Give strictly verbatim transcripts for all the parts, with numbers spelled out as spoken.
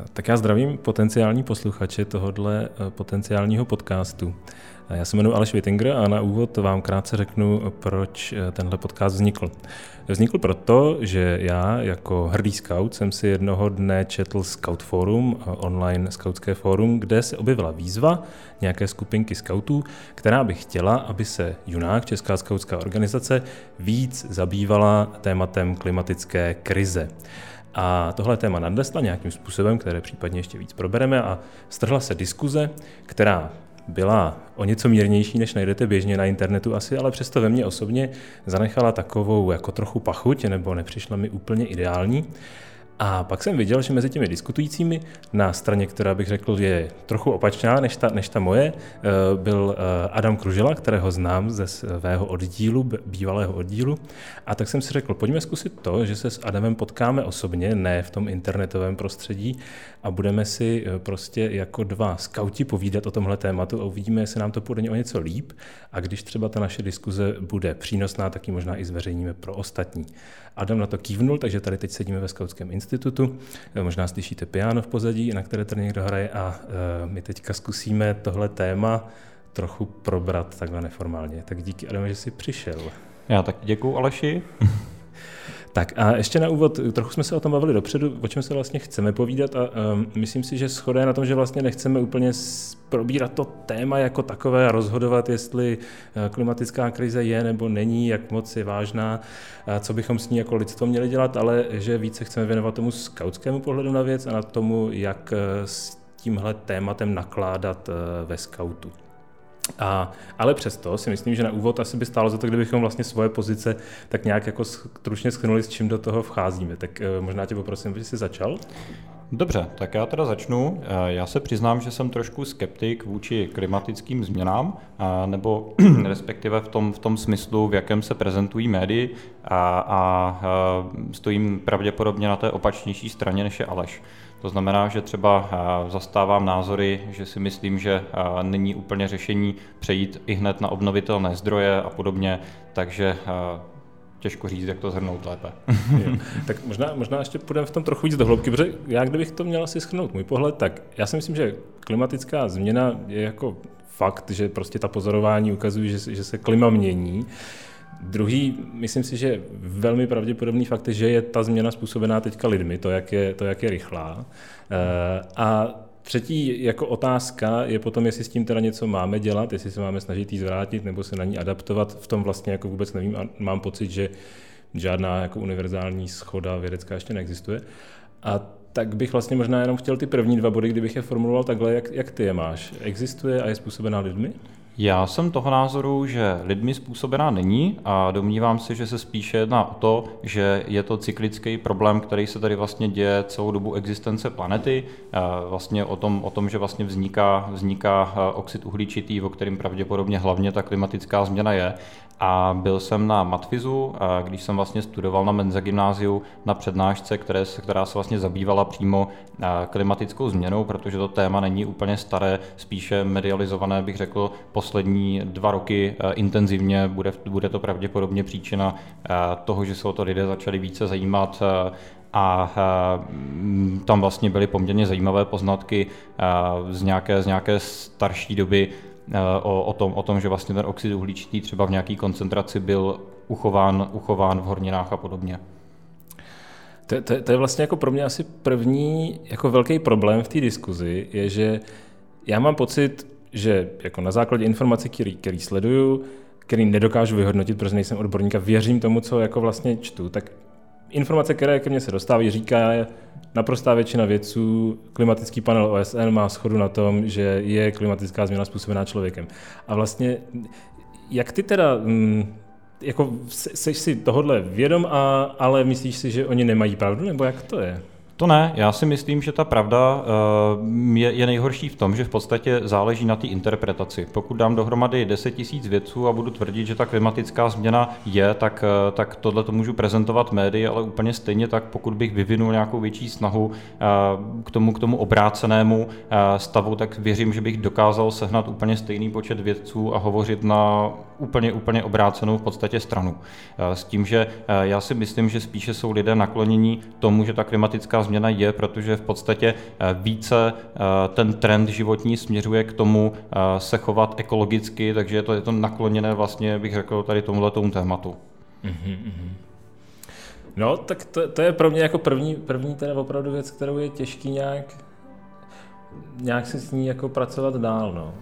Tak já zdravím potenciální posluchače tohohle potenciálního podcastu. Já se jmenuji Aleš Wittinger a na úvod vám krátce řeknu, proč tenhle podcast vznikl. Vznikl proto, že já jako hrdý scout jsem si jednoho dne četl Scout Forum, online skautské fórum, kde se objevila výzva nějaké skupinky skautů, která by chtěla, aby se Junák, Česká skautská organizace, víc zabývala tématem klimatické krize. A tohle téma nadnesla nějakým způsobem, které případně ještě víc probereme, a strhla se diskuze, která byla o něco mírnější, než najdete běžně na internetu asi, ale přesto ve mně osobně zanechala takovou jako trochu pachuť, nebo nepřišla mi úplně ideální. A pak jsem viděl, že mezi těmi diskutujícími na straně, která bych řekl, je trochu opačná než ta, než ta moje, byl Adam Kružela, kterého znám ze svého oddílu, bývalého oddílu. A tak jsem si řekl, pojďme zkusit to, že se s Adamem potkáme osobně, ne v tom internetovém prostředí, a budeme si prostě jako dva skauti povídat o tomhle tématu a uvidíme, jestli nám to půjde o něco líp. A když třeba ta naše diskuze bude přínosná, tak ji možná i zveřejníme pro ostatní. Adam na to kývnul, takže tady teď sedíme ve Skautském institutu. Možná slyšíte piano v pozadí, na které tady někdo hraje, a my teďka zkusíme tohle téma trochu probrat takhle neformálně. Tak díky, Adam, že jsi přišel. Já tak děkuju, Aleši. Tak a ještě na úvod, trochu jsme se o tom bavili dopředu, o čem se vlastně chceme povídat, a um, myslím si, že shoda je na tom, že vlastně nechceme úplně probírat to téma jako takové a rozhodovat, jestli klimatická krize je nebo není, jak moc je vážná, co bychom s ní jako lidstvo měli dělat, ale že více chceme věnovat tomu skautskému pohledu na věc a na tomu, jak s tímhle tématem nakládat ve skautu. A, ale přesto si myslím, že na úvod asi by stálo za to, kdybychom vlastně svoje pozice tak nějak jako stručně shrnuli, s čím do toho vcházíme. Tak možná tě poprosím, aby jsi začal. Dobře, tak já teda začnu. Já se přiznám, že jsem trošku skeptik vůči klimatickým změnám, nebo respektive v tom, v tom smyslu, v jakém se prezentují médii, a, a stojím pravděpodobně na té opačnější straně, než je Aleš. To znamená, že třeba zastávám názory, že si myslím, že není úplně řešení přejít i hned na obnovitelné zdroje a podobně, takže těžko říct, jak to shrnout lépe. Jo. Tak možná, možná ještě půjdeme v tom trochu víc do hloubky, protože já, kdybych to měl asi shrnout můj pohled, tak já si myslím, že klimatická změna je jako fakt, že prostě ta pozorování ukazují, že, že se klima mění. Druhý, myslím si, že velmi pravděpodobný fakt je, že je ta změna způsobená teďka lidmi, to, jak je, to, jak je rychlá. A třetí jako otázka je potom, jestli s tím teda něco máme dělat, jestli se máme snažit jí zvrátit nebo se na ní adaptovat. V tom vlastně jako vůbec nevím a mám pocit, že žádná jako univerzální shoda vědecká ještě neexistuje. A tak bych vlastně možná jenom chtěl ty první dva body, kdybych je formuloval takhle, jak, jak ty je máš. Existuje a je způsobená lidmi? Já jsem toho názoru, že lidmi způsobená není, a domnívám se, že se spíše jedná o to, že je to cyklický problém, který se tady vlastně děje celou dobu existence planety. Vlastně o tom, o tom že vlastně vzniká, vzniká oxid uhličitý, o kterým pravděpodobně hlavně ta klimatická změna je. A byl jsem na matfizu, když jsem vlastně studoval na Menza gymnáziu na přednášce, které se, která se vlastně zabývala přímo klimatickou změnou, protože to téma není úplně staré, spíše medializované, bych řekl, poslední dva roky intenzivně. Bude, bude to pravděpodobně příčina toho, že se o to lidé začali více zajímat, a tam vlastně byly poměrně zajímavé poznatky z nějaké, z nějaké starší doby, O, o, tom, o tom, že vlastně ten oxid uhličitý třeba v nějaké koncentraci byl uchován, uchován v horninách a podobně. To, to, to je vlastně jako pro mě asi první jako velký problém v té diskuzi, je, že já mám pocit, že jako na základě informací, který, který sleduju, který nedokážu vyhodnotit, protože nejsem odborník a věřím tomu, co jako vlastně čtu, tak informace, které ke mně se dostávají, říká naprostá většina vědců, klimatický panel O S N má shodu na tom, že je klimatická změna způsobená člověkem. A vlastně, jak ty teda, jako seš si tohodle vědom, a, ale myslíš si, že oni nemají pravdu, nebo jak to je? To ne, já si myslím, že ta pravda je, je nejhorší v tom, že v podstatě záleží na té interpretaci. Pokud dám dohromady deset tisíc vědců a budu tvrdit, že ta klimatická změna je, tak, tak tohle to můžu prezentovat médii, ale úplně stejně tak, pokud bych vyvinul nějakou větší snahu k tomu, k tomu obrácenému stavu, tak věřím, že bych dokázal sehnat úplně stejný počet vědců a hovořit na úplně, úplně obrácenou v podstatě stranu. S tím, že já si myslím, že spíše jsou lidé naklonění tomu, že ta klimatická změna změna je, protože v podstatě více ten trend životní směřuje k tomu se chovat ekologicky, takže je to, je to nakloněné vlastně, bych řekl, tady tomuhletomu tématu. Mm-hmm. No, tak to, to je pro mě jako první, první teda opravdu věc, kterou je těžký nějak, nějak si s ní jako pracovat dál, no.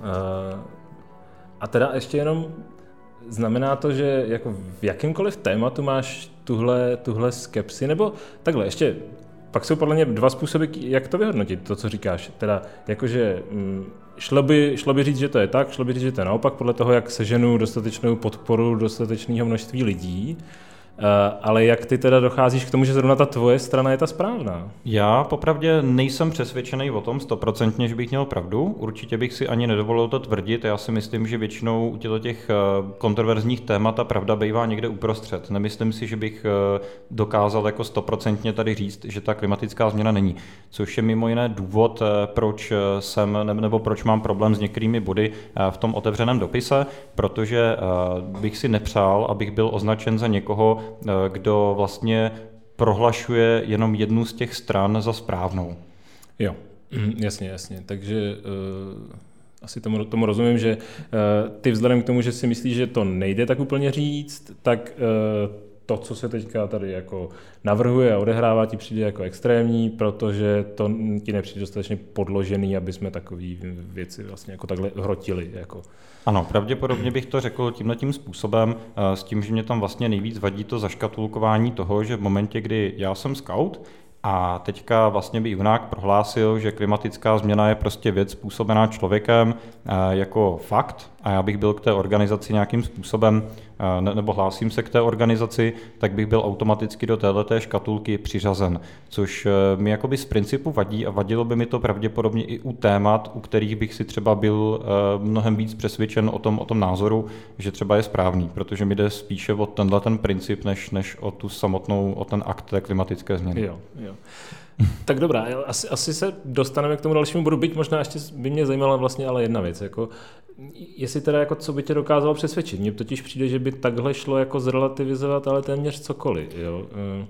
A teda ještě jenom znamená to, že jako v jakýmkoliv tématu máš tuhle, tuhle skepsi, nebo takhle, ještě pak jsou podle mě dva způsoby, jak to vyhodnotit, to, co říkáš. Teda jakože šlo by, šlo by říct, že to je tak, šlo by říct, že to je naopak, podle toho, jak seženu dostatečnou podporu dostatečného množství lidí. Uh, ale jak ty teda docházíš k tomu, že zrovna ta tvoje strana je ta správná? Já popravdě nejsem přesvědčený o tom stoprocentně, že bych měl pravdu. Určitě bych si ani nedovolil to tvrdit. Já si myslím, že většinou u těchto těch kontroverzních témat ta pravda bývá někde uprostřed. Nemyslím si, že bych dokázal jako stoprocentně tady říct, že ta klimatická změna není. Což je mimo jiné důvod, proč jsem nebo proč mám problém s některými body v tom otevřeném dopise, protože bych si nepřál, abych byl označen za někoho, kdo vlastně prohlašuje jenom jednu z těch stran za správnou. Jo, jasně, jasně. Takže uh, asi tomu, tomu rozumím, že uh, ty vzhledem k tomu, že si myslíš, že to nejde tak úplně říct, tak uh, to, co se teďka tady jako navrhuje a odehrává, ti přijde jako extrémní, protože to ti nepřijde dostatečně podložený, aby jsme takové věci vlastně jako takhle hrotili. Jako. Ano, pravděpodobně bych to řekl tímhletím způsobem, s tím, že mě tam vlastně nejvíc vadí to zaškatulkování toho, že v momentě, kdy já jsem scout a teďka vlastně by Junák prohlásil, že klimatická změna je prostě věc způsobená člověkem jako fakt a já bych byl k té organizaci nějakým způsobem, nebo hlásím se k té organizaci, tak bych byl automaticky do téhleté škatulky přiřazen, což mi jakoby z principu vadí a vadilo by mi to pravděpodobně i u témat, u kterých bych si třeba byl mnohem víc přesvědčen o tom, o tom názoru, že třeba je správný, protože mi jde spíše o tenhle ten princip, než, než o tu samotnou, o ten akt té klimatické změny. Jo, jo. Tak dobrá, asi, asi se dostaneme k tomu dalšímu bodu, byť možná ještě by mě zajímala vlastně ale jedna věc, jako jestli teda jako co by tě dokázalo přesvědčit. Mně totiž přijde, že by takhle šlo jako zrelativizovat, ale téměř cokoliv, jo.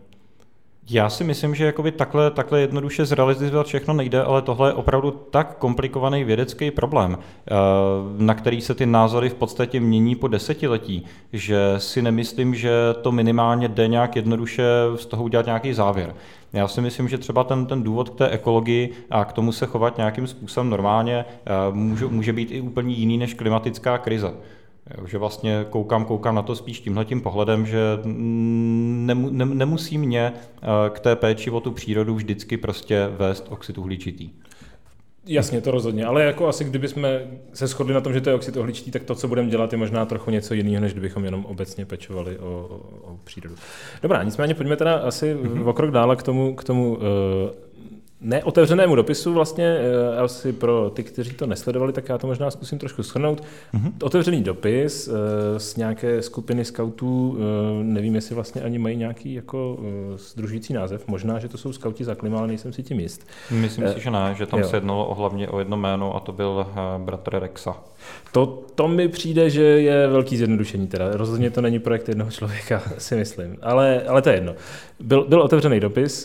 Já si myslím, že jakoby takhle, takhle jednoduše zrealizovat všechno nejde, ale tohle je opravdu tak komplikovaný vědecký problém, na který se ty názory v podstatě mění po desetiletí, že si nemyslím, že to minimálně jde nějak jednoduše z toho udělat nějaký závěr. Já si myslím, že třeba ten, ten důvod k té ekologii a k tomu se chovat nějakým způsobem normálně může, může být i úplně jiný než klimatická krize. Jo, že vlastně koukám, koukám na to spíš tímhletím pohledem, že nemu, ne, nemusí mě k té péči o tu přírodu vždycky prostě vést oxid uhličitý. Jasně, to rozhodně, ale jako asi kdybychom se shodli na tom, že to je oxid uhličitý, tak to, co budeme dělat, je možná trochu něco jiného, než kdybychom jenom obecně pečovali o, o, o přírodu. Dobrá, nicméně pojďme teda asi mm-hmm. o krok dále k tomu, k tomu uh, neotevřenému dopisu vlastně, asi pro ty, kteří to nesledovali, tak já to možná zkusím trošku shrnout. Mm-hmm. Otevřený dopis z nějaké skupiny skautů, nevím, jestli vlastně ani mají nějaký jako sdružující název, možná, že to jsou skauti za klima, ale nejsem si tím jist. Myslím si, že ne, že tam jo. se jednalo o hlavně o jedno jméno a to byl bratr Rexa. To, to mi přijde, že je velký zjednodušení teda. Rozhodně to není projekt jednoho člověka, si myslím. Ale, ale to je jedno. Byl, byl otevřený dopis,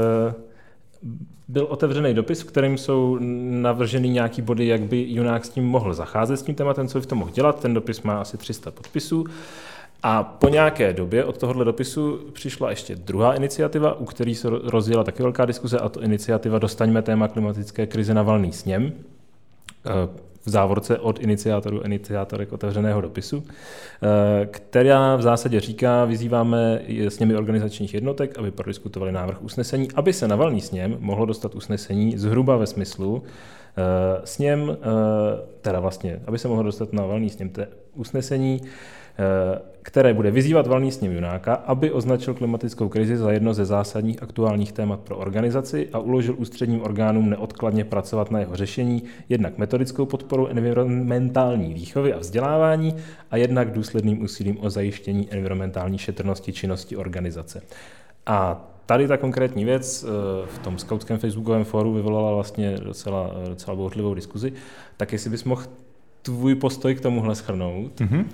Byl otevřený dopis, v kterém jsou navrženy nějaký body, jak by Junák s tím mohl zacházet s tím tématem, co by v tom mohl dělat. Ten dopis má asi tři sta podpisů. A po nějaké době od tohohle dopisu přišla ještě druhá iniciativa, u které se rozjela taky velká diskuze, a to iniciativa Dostaňme téma klimatické krize na valný sněm. V závorce od iniciátorů, iniciátorek otevřeného dopisu, která v zásadě říká, vyzýváme sněmy organizačních jednotek, aby prodiskutovali návrh usnesení, aby se na valný sněm mohlo dostat usnesení zhruba ve smyslu sněm, teda vlastně, aby se mohlo dostat na valný sněm usnesení, které bude vyzývat valný sněm Junáka, aby označil klimatickou krizi za jedno ze zásadních aktuálních témat pro organizaci a uložil ústředním orgánům neodkladně pracovat na jeho řešení, jednak metodickou podporu environmentální výchovy a vzdělávání a jednak důsledným úsilím o zajištění environmentální šetrnosti činnosti organizace. A tady ta konkrétní věc v tom skautském facebookovém fóru vyvolala vlastně docela, docela bouřlivou diskuzi, tak jestli bys mohl tvůj postoj k tomuhle shrnout? Mm-hmm.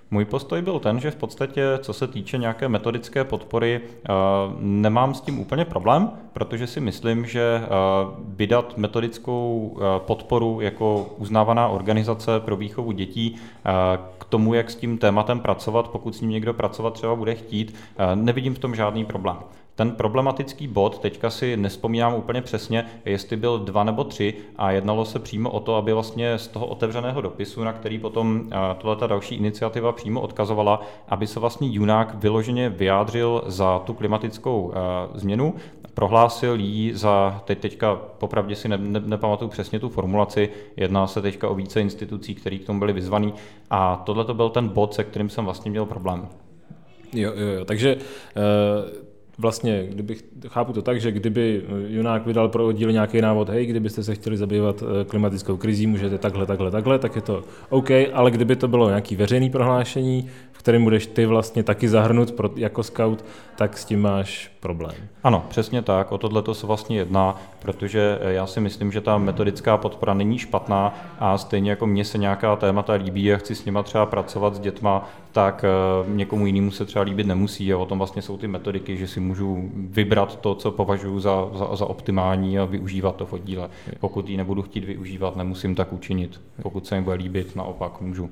Můj postoj byl ten, že v podstatě, co se týče nějaké metodické podpory, nemám s tím úplně problém, protože si myslím, že vydat metodickou podporu jako uznávaná organizace pro výchovu dětí k tomu, jak s tím tématem pracovat, pokud s ním někdo pracovat třeba bude chtít, nevidím v tom žádný problém. Ten problematický bod, teďka si nespomínám úplně přesně, jestli byl dva nebo tři a jednalo se přímo o to, aby vlastně z toho otevřeného dopisu, na který potom tohleta další iniciativa přímo odkazovala, aby se vlastně Junák vyloženě vyjádřil za tu klimatickou změnu, prohlásil ji za, teď teďka popravdě si ne, ne, nepamatuju přesně tu formulaci, jedná se teďka o více institucí, které k tomu byly vyzvaný a tohle to byl ten bod, se kterým jsem vlastně měl problém. Jo, jo, jo, takže uh... Vlastně, kdybych, chápu to tak, že kdyby Junák vydal pro oddíl nějaký návod, hej, kdybyste se chtěli zabývat klimatickou krizí, můžete takhle, takhle, takhle, tak je to OK, ale kdyby to bylo nějaký veřejný prohlášení, v kterém budeš ty vlastně taky zahrnut pro, jako scout, tak s tím máš problém. Ano, přesně tak, o tohle to se vlastně jedná, protože já si myslím, že ta metodická podpora není špatná a stejně jako mně se nějaká témata líbí a chci s nima třeba pracovat s dětma, tak někomu jinému se třeba líbit nemusí a o tom vlastně jsou ty metodiky, že si můžu vybrat to, co považuji za, za, za optimální a využívat to v oddíle. Pokud ji nebudu chtít využívat, nemusím tak učinit. Pokud se mi bude líbit, naopak můžu.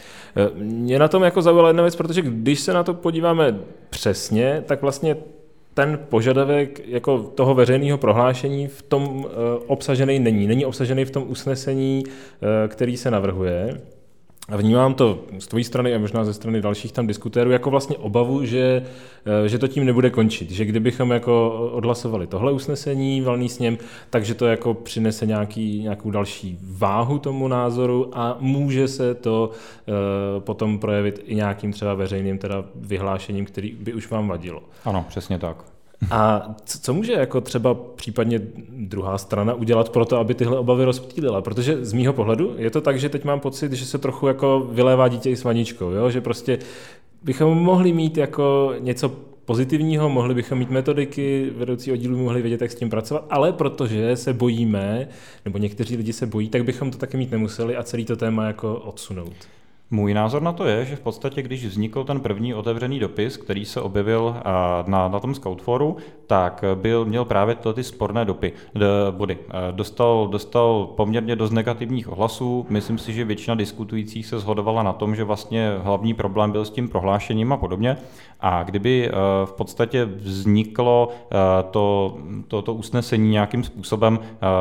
Mě na tom jako zaujala jedna věc, protože když se na to podíváme přesně, tak vlastně ten požadavek jako toho veřejného prohlášení v tom obsažený není. Není obsažený v tom usnesení, který se navrhuje. A vnímám to z tvojí strany a možná ze strany dalších tam diskutérů jako vlastně obavu, že, že to tím nebude končit. Že kdybychom jako odhlasovali tohle usnesení, valný sněm, takže to jako přinese nějaký, nějakou další váhu tomu názoru a může se to uh, potom projevit i nějakým třeba veřejným teda vyhlášením, který by už vám vadilo. Ano, přesně tak. A co může jako třeba případně druhá strana udělat pro to, aby tyhle obavy rozptýlila? Protože z mýho pohledu je to tak, že teď mám pocit, že se trochu jako vylévá dítě i s vaničkou, jo? Že prostě bychom mohli mít jako něco pozitivního, mohli bychom mít metodiky, vedoucí oddílů mohli vědět, jak s tím pracovat, ale protože se bojíme, nebo někteří lidi se bojí, tak bychom to taky mít nemuseli a celý to téma jako odsunout. Můj názor na to je, že v podstatě, když vznikl ten první otevřený dopis, který se objevil na, na tom Scoutforu, tak byl, měl právě tyhle ty sporné dopy, body. Dostal, dostal poměrně dost negativních ohlasů. Myslím si, že většina diskutujících se shodovala na tom, že vlastně hlavní problém byl s tím prohlášením a podobně. A kdyby v podstatě vzniklo to, to, to usnesení nějakým způsobem,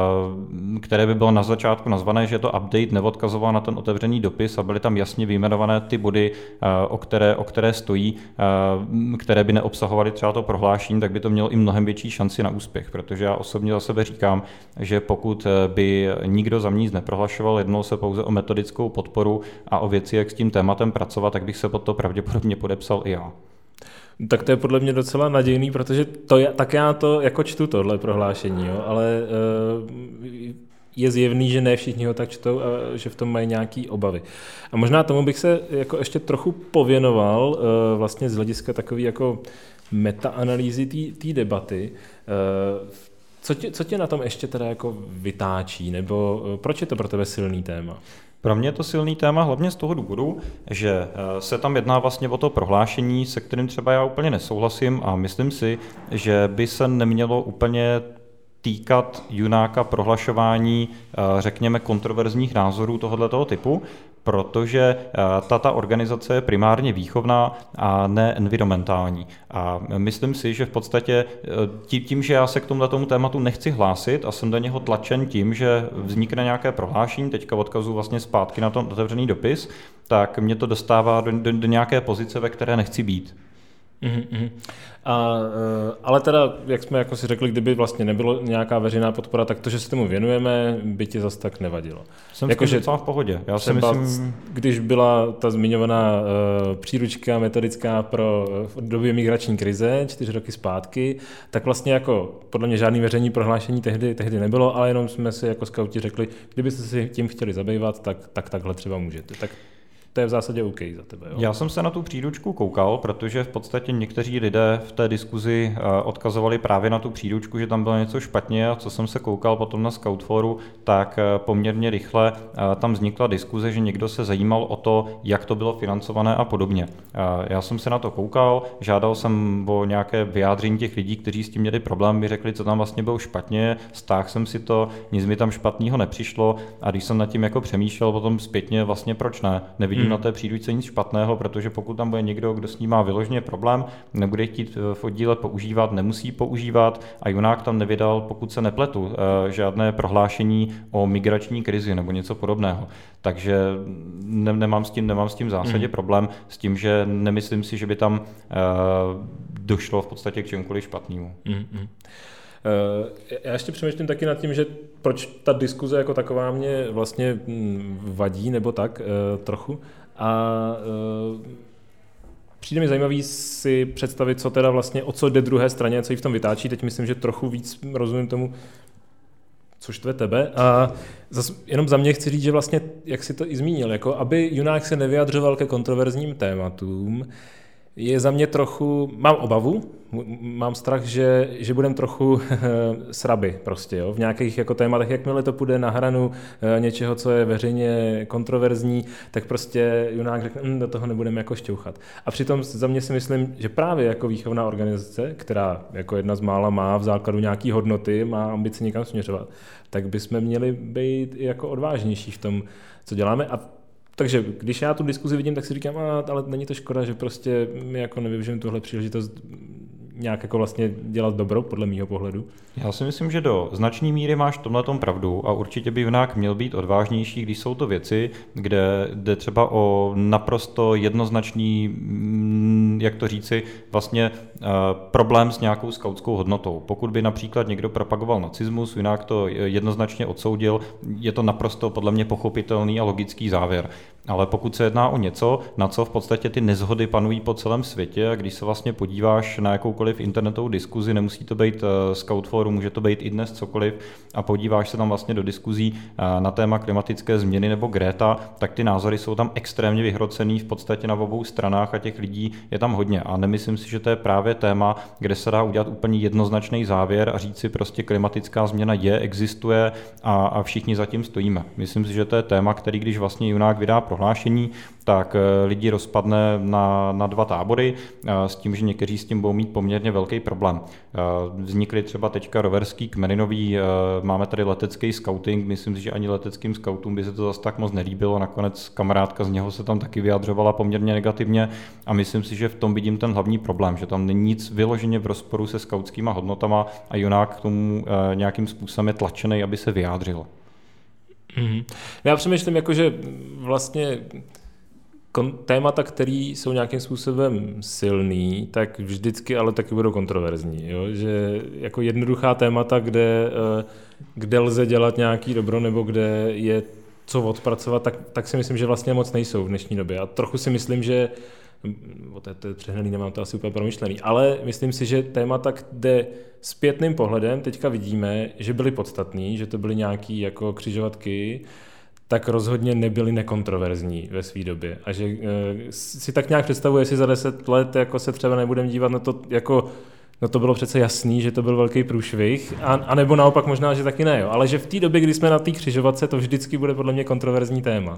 které by bylo na začátku nazvané, že to update neodkazoval na ten otevřený dopis a byly tam jasně vyjmenované ty body, o které, o které stojí, které by neobsahovaly třeba to prohlášení, tak by to mělo i mnohem větší šanci na úspěch, protože já osobně za sebe říkám, že pokud by nikdo za mě nic neprohlašoval, jednalo se pouze o metodickou podporu a o věci, jak s tím tématem pracovat, tak bych se pod to pravděpodobně podepsal i já. Tak to je podle mě docela nadějný, protože to je, tak já to jako čtu tohle prohlášení, jo, ale je zjevný, že ne všichni ho tak čtou a že v tom mají nějaké obavy. A možná tomu bych se jako ještě trochu pověnoval vlastně z hlediska takové jako metaanalýzy té debaty. Co tě, co tě na tom ještě teda jako vytáčí, nebo proč je to pro tebe silný téma? Pro mě je to silný téma hlavně z toho důvodu, že se tam jedná vlastně o to prohlášení, se kterým třeba já úplně nesouhlasím a myslím si, že by se nemělo úplně týkat Junáka prohlašování, řekněme, kontroverzních názorů tohoto typu, protože ta, ta organizace je primárně výchovná a ne environmentální. A myslím si, že v podstatě tím, že já se k tomuto tématu nechci hlásit a jsem do něho tlačen tím, že vznikne nějaké prohlášení, teďka odkazuji vlastně zpátky na ten otevřený dopis, tak mě to dostává do, do, do nějaké pozice, ve které nechci být. Mm-hmm. A, ale teda, jak jsme jako si řekli, kdyby vlastně nebylo nějaká veřejná podpora, tak to, že se tomu věnujeme, by ti zas tak nevadilo. Jsem jako, že v pohodě. Já si myslím... Když byla ta zmiňovaná uh, příručka metodická pro uh, doby migrační krize čtyři roky zpátky, tak vlastně jako podle mě žádný veřejný prohlášení tehdy, tehdy nebylo, ale jenom jsme si jako skauti řekli, kdybyste si tím chtěli zabývat, tak, tak takhle třeba můžete. Tak to je v zásadě OK za tebe. Jo? Já jsem se na tu příručku koukal, protože v podstatě někteří lidé v té diskuzi odkazovali právě na tu příručku, že tam bylo něco špatně, a co jsem se koukal potom na Scoutforu, tak poměrně rychle tam vznikla diskuze, že někdo se zajímal o to, jak to bylo financované a podobně. Já jsem se na to koukal, žádal jsem o nějaké vyjádření těch lidí, kteří s tím měli problém, mi řekli, co tam vlastně bylo špatně, stáhl jsem si to, nic mi tam špatného nepřišlo, a když jsem nad tím jako přemýšlel potom zpětně, vlastně proč ne? Nevidím hmm. na té příručce nic špatného, protože pokud tam bude někdo, kdo s ním má vyloženě problém, nebude chtít v oddíle používat, nemusí používat, a Junák tam nevydal, pokud se nepletu, žádné prohlášení o migrační krizi nebo něco podobného. Takže ne, nemám s tím, nemám s tím v zásadě hmm. problém, s tím, že nemyslím si, že by tam uh, došlo v podstatě k čemukoliv špatnému. Hmm. Já ještě přemýšlím taky nad tím, že proč ta diskuze jako taková mě vlastně vadí, nebo tak trochu. A přijde mi zajímavý si představit, co teda vlastně, o co jde druhé straně, co jí v tom vytáčí. Teď myslím, že trochu víc rozumím tomu, co štve tebe. A zase jenom za mě chci říct, že vlastně, jak jsi to i zmínil, jako aby Junák se nevyjadřoval ke kontroverzním tématům, je za mě trochu, mám obavu, mám strach, že, že budem trochu sraby prostě, jo? V nějakých jako tématech, jakmile to půjde na hranu něčeho, co je veřejně kontroverzní, tak prostě Junák řekne, hm, do toho nebudeme jako šťouchat. A přitom za mě si myslím, že právě jako výchovná organizace, která jako jedna z mála má v základu nějaký hodnoty, má ambici někam směřovat, tak bychom měli být jako odvážnější v tom, co děláme. A takže když já tu diskuzi vidím, tak si říkám, ale není to škoda, že prostě my jako nevyužijeme tuhle příležitost nějak jako vlastně dělat dobro, podle mýho pohledu. Já si myslím, že do značné míry máš v tomhletom pravdu a určitě by Junák měl být odvážnější, když jsou to věci, kde jde třeba o naprosto jednoznačný, jak to říci, vlastně uh, problém s nějakou skautskou hodnotou. Pokud by například někdo propagoval nacismus, Junák to jednoznačně odsoudil, je to naprosto podle mě pochopitelný a logický závěr. Ale pokud se jedná o něco, na co v podstatě ty nezhody panují po celém světě, a když se vlastně podíváš na jakoukoliv internetovou diskuzi, nemusí to být Scout Forum, může to být i dnes cokoliv, a podíváš se tam vlastně do diskuzí na téma klimatické změny nebo Greta, tak ty názory jsou tam extrémně vyhrocený v podstatě na obou stranách a těch lidí je tam hodně. A nemyslím si, že to je právě téma, kde se dá udělat úplně jednoznačný závěr a říct si prostě klimatická změna je, existuje a, a všichni za tím stojíme. Myslím si, že to je téma, který když vlastně Junák vydá prohlášení, tak lidi rozpadne na, na dva tábory s tím, že někteří s tím budou mít poměrně velký problém. Vznikly třeba teďka roverský kmeninový, máme tady letecký scouting, myslím si, že ani leteckým scoutům by se to zase tak moc nelíbilo, nakonec kamarádka z něho se tam taky vyjadřovala poměrně negativně a myslím si, že v tom vidím ten hlavní problém, že tam není nic vyloženě v rozporu se skautskýma hodnotama a Junák k tomu nějakým způsobem je tlačený, aby se vyjádřil. Mm-hmm. Já přemýšlím, jako, že vlastně témata, které jsou nějakým způsobem silný, tak vždycky ale taky budou kontroverzní. Jo? Že jako jednoduchá témata, kde, kde lze dělat nějaký dobro nebo kde je co odpracovat, tak, tak si myslím, že vlastně moc nejsou v dnešní době. A trochu si myslím, že o to, to je přehnaný, nemám to asi úplně promyšlený, ale myslím si, že témata, kde zpětným pohledem teďka vidíme, že byly podstatný, že to byly nějaký jako křižovatky, tak rozhodně nebyly nekontroverzní ve své době. A že e, si tak nějak představuji, jestli za deset let jako se třeba nebudeme dívat na to, jako no to bylo přece jasný, že to byl velký průšvih, a, a nebo naopak možná, že taky ne, jo. Ale že v té době, kdy jsme na té křižovatce, to vždycky bude podle mě kontroverzní téma.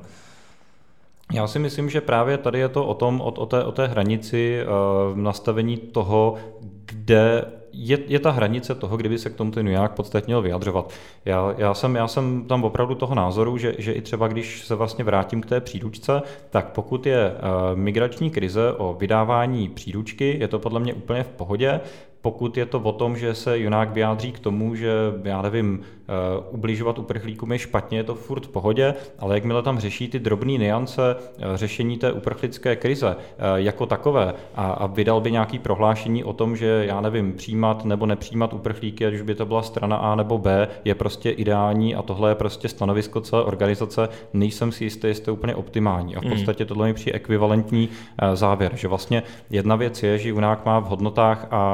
Já si myslím, že právě tady je to o tom, o, o, té, o té hranici uh, nastavení toho, kde je, je ta hranice toho, kdyby se k tomu ten Junák podstatně měl vyjadřovat. Já, já, jsem, já jsem tam opravdu toho názoru, že, že i třeba když se vlastně vrátím k té příručce, tak pokud je uh, migrační krize o vydávání příručky, je to podle mě úplně v pohodě. Pokud je to o tom, že se Junák vyjádří k tomu, že, já nevím, uh, ubližovat uprchlíkům je špatně, je to furt v pohodě, ale jakmile tam řeší ty drobné nuance uh, řešení té uprchlické krize uh, jako takové a, a vydal by nějaký prohlášení o tom, že, já nevím, přijímat nebo nepřijímat uprchlíky, ať už by to byla strana A nebo B, je prostě ideální a tohle je prostě stanovisko celé organizace, nejsem si jistý, jestli to je úplně optimální. A v podstatě tohle mi přijde ekvivalentní uh, závěr, že vlastně jedna věc je, že Junák má v hodnotách a uh,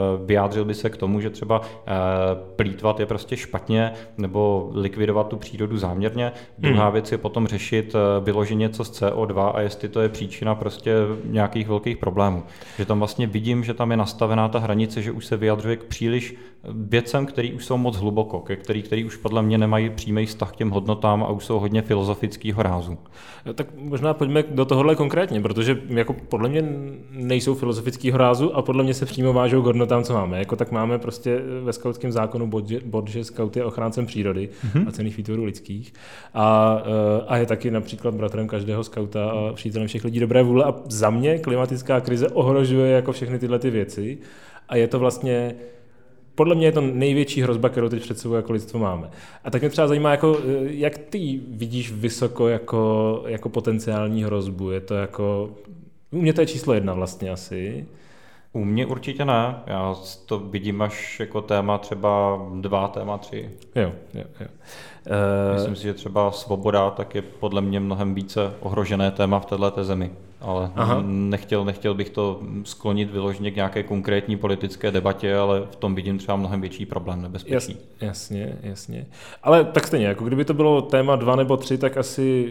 vyjádřil by se k tomu, že třeba plýtvat je prostě špatně nebo likvidovat tu přírodu záměrně. Druhá hmm. věc je potom řešit vyloženě co z C O dva a jestli to je příčina prostě nějakých velkých problémů. Že tam vlastně vidím, že tam je nastavená ta hranice, že už se vyjadřuje k příliš věcem, který už jsou moc hluboko, ke který, který už podle mě nemají přímý vztah k těm hodnotám a už jsou hodně filozofického rázu. Tak možná pojďme do tohohle konkrétně, protože jako podle mě nejsou filozofického rázu a podle mě se přímo vážou k hodnotám, co máme. Jako tak máme prostě ve skautském zákonu bod, že, bod, že skaut je ochráncem přírody mm-hmm. a cenných výtvorů lidských a, a je taky například bratrem každého skauta a přítelem všech lidí dobré vůle a za mě klimatická krize ohrožuje jako všechny tyhle ty věci a je to vlastně podle mě je to největší hrozba, kterou teď před sebou jako lidstvo máme. A tak mě třeba zajímá, jako, jak ty vidíš vysoko jako, jako potenciální hrozbu. Je to jako, u mě to je číslo jedna vlastně asi. U mě určitě ne. Já to vidím až jako téma třeba dva, téma tři. Jo, jo, jo. Myslím si, že třeba svoboda tak je podle mě mnohem více ohrožené téma v této zemi. Ale nechtěl, nechtěl bych to sklonit vyloženě k nějaké konkrétní politické debatě, ale v tom vidím třeba mnohem větší problém, nebezpečí. Jas, jasně, jasně. Ale tak stejně, jako kdyby to bylo téma dva nebo tři, tak asi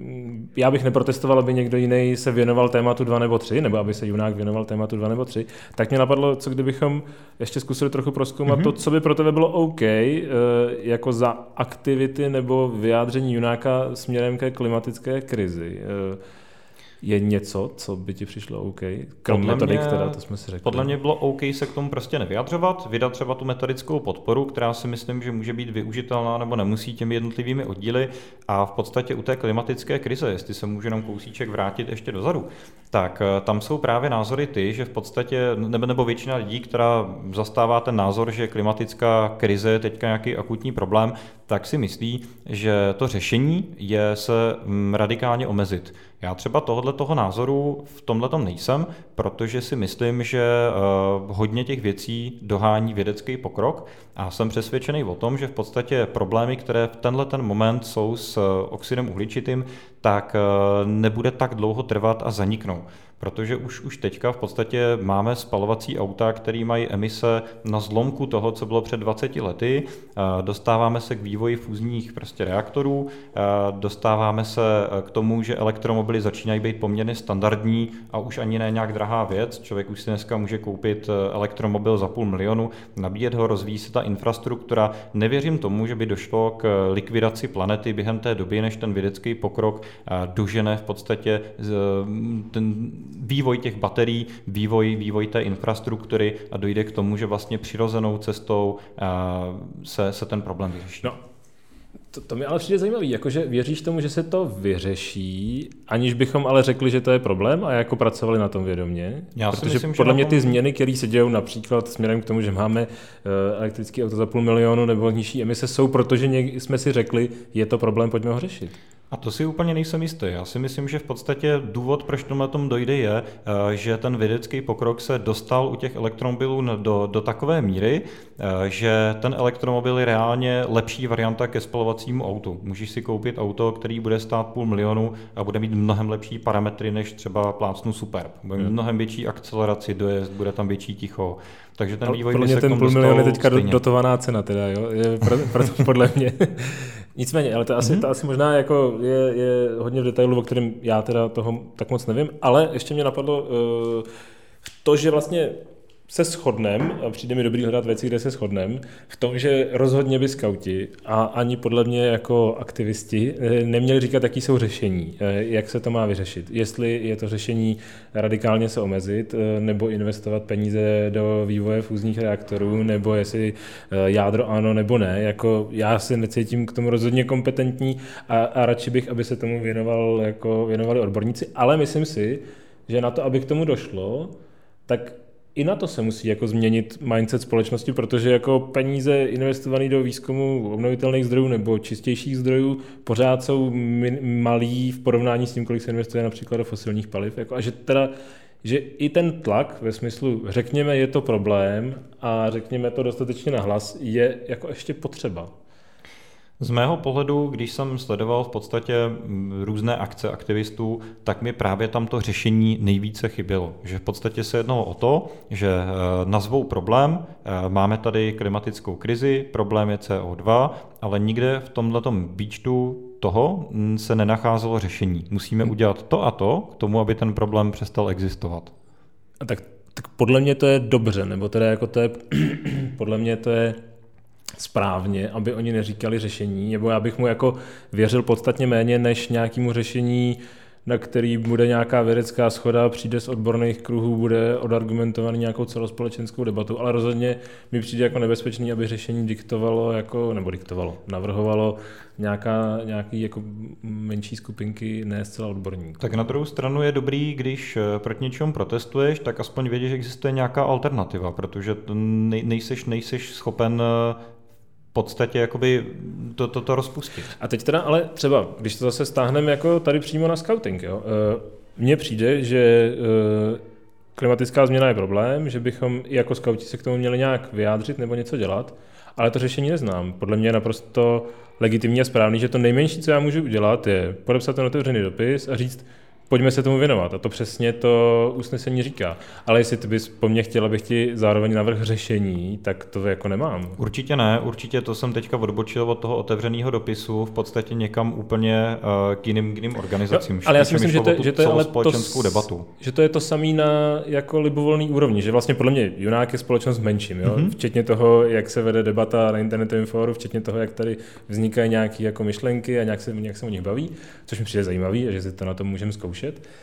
já bych neprotestoval, aby někdo jiný se věnoval tématu dva nebo tři, nebo aby se Junák věnoval tématu dva nebo tři. Tak mě napadlo, co kdybychom ještě zkusili trochu prozkoumat mm-hmm. to, co by pro tebe bylo OK, jako za aktivity nebo vyjádření Junáka směrem ke klimatické krizi. Je něco, co by ti přišlo OK? Krom metodik, teda, to jsme si řekli. Podle mě bylo OK se k tomu prostě nevyjadřovat, vydat třeba tu metodickou podporu, která si myslím, že může být využitelná nebo nemusí těmi jednotlivými oddíly a v podstatě u té klimatické krize, jestli se může jenom kousíček vrátit ještě dozadu, tak tam jsou právě názory ty, že v podstatě, nebo, nebo většina lidí, která zastává ten názor, že klimatická krize je teďka nějaký akutní problém, tak si myslí, že to řešení je se radikálně omezit. Já třeba tohoto toho názoru v tomhletom nejsem, protože si myslím, že uh, hodně těch věcí dohání vědecký pokrok a jsem přesvědčený o tom, že v podstatě problémy, které v tenhle ten moment jsou s uh, oxidem uhličitým, tak uh, nebude tak dlouho trvat a zaniknou. Protože už, už teďka v podstatě máme spalovací auta, které mají emise na zlomku toho, co bylo před dvaceti lety. Dostáváme se k vývoji fúzních prostě reaktorů, dostáváme se k tomu, že elektromobily začínají být poměrně standardní a už ani ne nějak drahá věc. Člověk už si dneska může koupit elektromobil za půl milionu, nabíjet ho, rozvíjí se ta infrastruktura. Nevěřím tomu, že by došlo k likvidaci planety během té doby, než ten vědecký pokrok dožene v podstatě ten vývoj těch baterií, vývoj, vývoj té infrastruktury a dojde k tomu, že vlastně přirozenou cestou se, se ten problém vyřeší. No, to, to mi ale přijde zajímavý, jakože věříš tomu, že se to vyřeší, aniž bychom ale řekli, že to je problém a jako pracovali na tom vědomě? Já Protože myslím, podle mě tom... ty změny, které se dějou například směrem k tomu, že máme elektrické auto za půl milionu nebo nižší emise, jsou protože jsme si řekli, je to problém, pojďme ho řešit. A to si úplně nejsem jistý. Já si myslím, že v podstatě důvod, proč tomu tom dojde, je, že ten vědecký pokrok se dostal u těch elektromobilů do, do takové míry, že ten elektromobil je reálně lepší varianta ke spalovacímu autu. Můžeš si koupit auto, který bude stát půl milionu a bude mít mnohem lepší parametry než třeba plácnu Superb. Bude mít hmm. mnohem větší akceleraci, dojezd, bude tam větší ticho. Takže ten vývoj by se ten půl milion je teďka stejně. Dotovaná cena, teda, jo? Je pro, pro, podle mě. Nicméně, ale to asi, mm-hmm. to asi možná jako je, je hodně v detailu, o kterém já teda toho tak moc nevím, ale ještě mě napadlo uh, to, že vlastně se shodneme, a přijde mi dobrý hledat věci, kde se shodneme, v tom, že rozhodně by skauti a ani podle mě jako aktivisti neměli říkat, jaký jsou řešení, jak se to má vyřešit. Jestli je to řešení radikálně se omezit, nebo investovat peníze do vývoje fúzních reaktorů, nebo jestli jádro ano nebo ne. Jako já se necítím k tomu rozhodně kompetentní a, a radši bych, aby se tomu věnoval, jako věnovali odborníci, ale myslím si, že na to, aby k tomu došlo, tak i na to se musí jako změnit mindset společnosti, protože jako peníze investované do výzkumu obnovitelných zdrojů nebo čistějších zdrojů pořád jsou min- malý v porovnání s tím, kolik se investuje například do fosilních paliv. Jako, a že teda, že i ten tlak ve smyslu, řekněme, je to problém a řekněme to dostatečně nahlas, je jako ještě potřeba. Z mého pohledu, když jsem sledoval v podstatě různé akce aktivistů, tak mi právě tam to řešení nejvíce chybělo. Že v podstatě se jednalo o to, že nazvou problém, máme tady klimatickou krizi, problém je C O dva, ale nikde v tomhletom výčtu toho se nenacházelo řešení. Musíme udělat to a to k tomu, aby ten problém přestal existovat. A tak, tak podle mě to je dobře, nebo teda jako to je, podle mě to je správně, aby oni neříkali řešení, nebo já bych mu jako věřil podstatně méně než nějakému řešení, na který bude nějaká vědecká shoda, přijde z odborných kruhů, bude odargumentovaný nějakou celospolečenskou debatu, ale rozhodně mi přijde jako nebezpečný, aby řešení diktovalo, jako, nebo diktovalo, navrhovalo nějaká, nějaký jako menší skupinky, ne zcela odborníků. Tak na druhou stranu je dobrý, když proti něčemu protestuješ, tak aspoň věděš, že existuje nějaká alternativa, protože nejseš, nejseš schopen v podstatě jakoby to, to, to rozpustit. A teď teda, ale třeba, když to zase stáhneme jako tady přímo na scouting, jo, mně přijde, že klimatická změna je problém, že bychom i jako skauti se k tomu měli nějak vyjádřit nebo něco dělat, ale to řešení neznám. Podle mě je naprosto legitimní a správný, že to nejmenší, co já můžu udělat, je podepsat ten otevřený dopis a říct, pojďme se tomu věnovat. A to přesně to usnesení říká. Ale jestli ty bys po mně chtěl, abych ti zároveň navrhl řešení, tak to jako nemám. Určitě ne, určitě to jsem teďka odbočil od toho otevřeného dopisu v podstatě někam úplně uh, k jiným, k jiným organizacím. No, ale já si myslím, že to, že to je ale společenskou to, debatu. Že to je to samý na jako libovolný úrovni, že vlastně podle mě Junák je společnost menším, jo? Mm-hmm. Včetně toho, jak se vede debata na internetovém fóru, včetně toho, jak tady vznikají nějaké jako myšlenky a nějak se, nějak se o nich baví, což mi přijde zajímavý a že si to na tom můžeme zkoušet.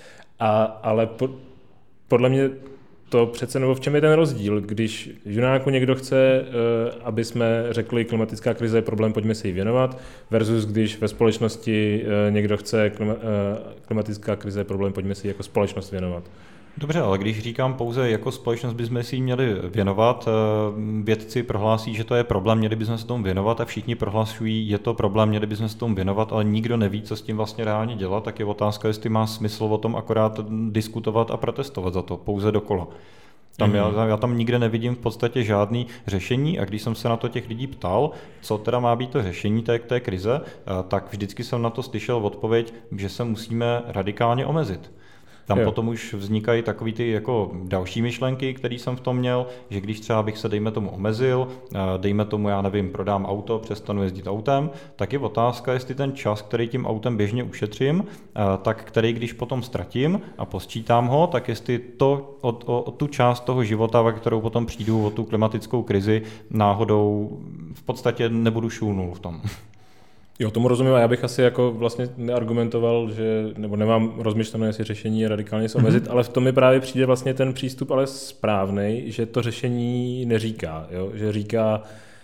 A, ale po, podle mě to přece, nebo v čem je ten rozdíl, když Junáku někdo chce, aby jsme řekli, klimatická krize je problém, pojďme se jí věnovat, versus když ve společnosti někdo chce, klimatická krize je problém, pojďme se jí jako společnost věnovat. Dobře, ale když říkám pouze jako společnost bychom si jí měli věnovat, vědci prohlásí, že to je problém, měli bychom se tomu věnovat a všichni prohlašují, je to problém, měli bychom se tomu věnovat, ale nikdo neví, co s tím vlastně reálně dělat, tak je otázka, jestli má smysl o tom akorát diskutovat a protestovat za to, pouze dokola. Tam mm-hmm. já, já tam nikde nevidím v podstatě žádný řešení a když jsem se na to těch lidí ptal, co teda má být to řešení té, té krize, tak vždycky jsem na to slyšel odpověď, že se musíme radikálně omezit. Tam jo. Potom už vznikají takový ty jako další myšlenky, které jsem v tom měl, že když třeba bych se dejme tomu omezil, dejme tomu, já nevím, prodám auto, přestanu jezdit autem, tak je otázka, jestli ten čas, který tím autem běžně ušetřím, tak který když potom ztratím a posčítám ho, tak jestli to o, o, o tu část toho života, ve kterou potom přijdu, o tu klimatickou krizi, náhodou v podstatě nebudu šulnul v tom. Jo, tomu rozumím a já bych asi jako vlastně neargumentoval, že, nebo nemám rozmyšlené, jestli řešení je radikálně se omezit, mm-hmm. ale v tom mi právě přijde vlastně ten přístup ale správnej, že to řešení neříká, jo? Že říká,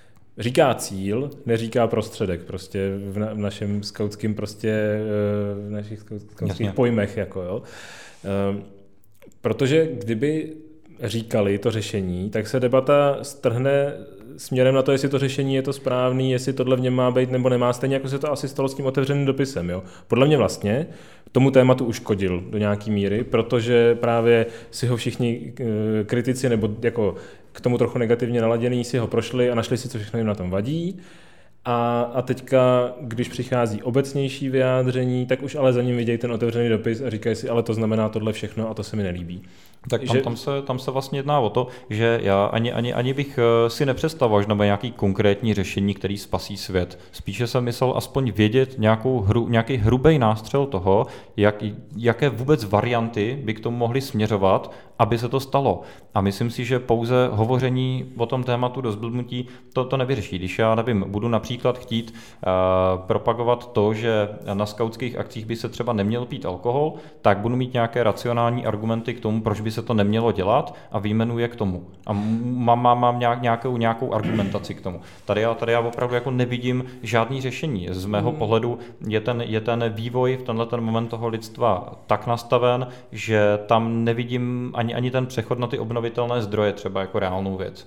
říká cíl, neříká prostředek prostě v, na, v našem skautském prostě, v našich skautských pojmech, jako jo. Protože kdyby říkali to řešení, tak se debata strhne směrem na to, jestli to řešení je to správný, jestli tohle v něm má být nebo nemá, stejně jako se to asi stalo s tím otevřeným dopisem. Jo. Podle mě vlastně tomu tématu uškodil do nějaký míry, protože právě si ho všichni kritici nebo jako k tomu trochu negativně naladěný si ho prošli a našli si, co všechno jim na tom vadí. A, a teďka, když přichází obecnější vyjádření, tak už ale za ním vidějí ten otevřený dopis a říkají si, ale to znamená tohle všechno a to se mi nelíbí. Tak tam, že... tam, se, tam se vlastně jedná o to, že já ani, ani, ani bych si nepředstavoval, že nebo nějaký konkrétní řešení, který spasí svět. Spíše jsem myslel aspoň vědět nějakou hru, nějaký hrubý nástřel toho, jak, jaké vůbec varianty by k tomu mohly směřovat, aby se to stalo. A myslím si, že pouze hovoření o tom tématu do zblbnutí to, to nevyřeší. Když já nevím, budu například chtít uh, propagovat to, že na skautských akcích by se třeba neměl pít alkohol, tak budu mít nějaké racionální argumenty k tomu, proč by se to nemělo dělat a vyjmenuji k tomu. A mám, mám, mám nějak, nějakou, nějakou argumentaci k tomu. Tady já, tady já opravdu jako nevidím žádný řešení. Z mého hmm. pohledu je ten, je ten vývoj v tenhle ten moment toho lidstva tak nastaven, že tam nevidím ani, ani ten přechod na ty obnovitelné zdroje třeba jako reálnou věc.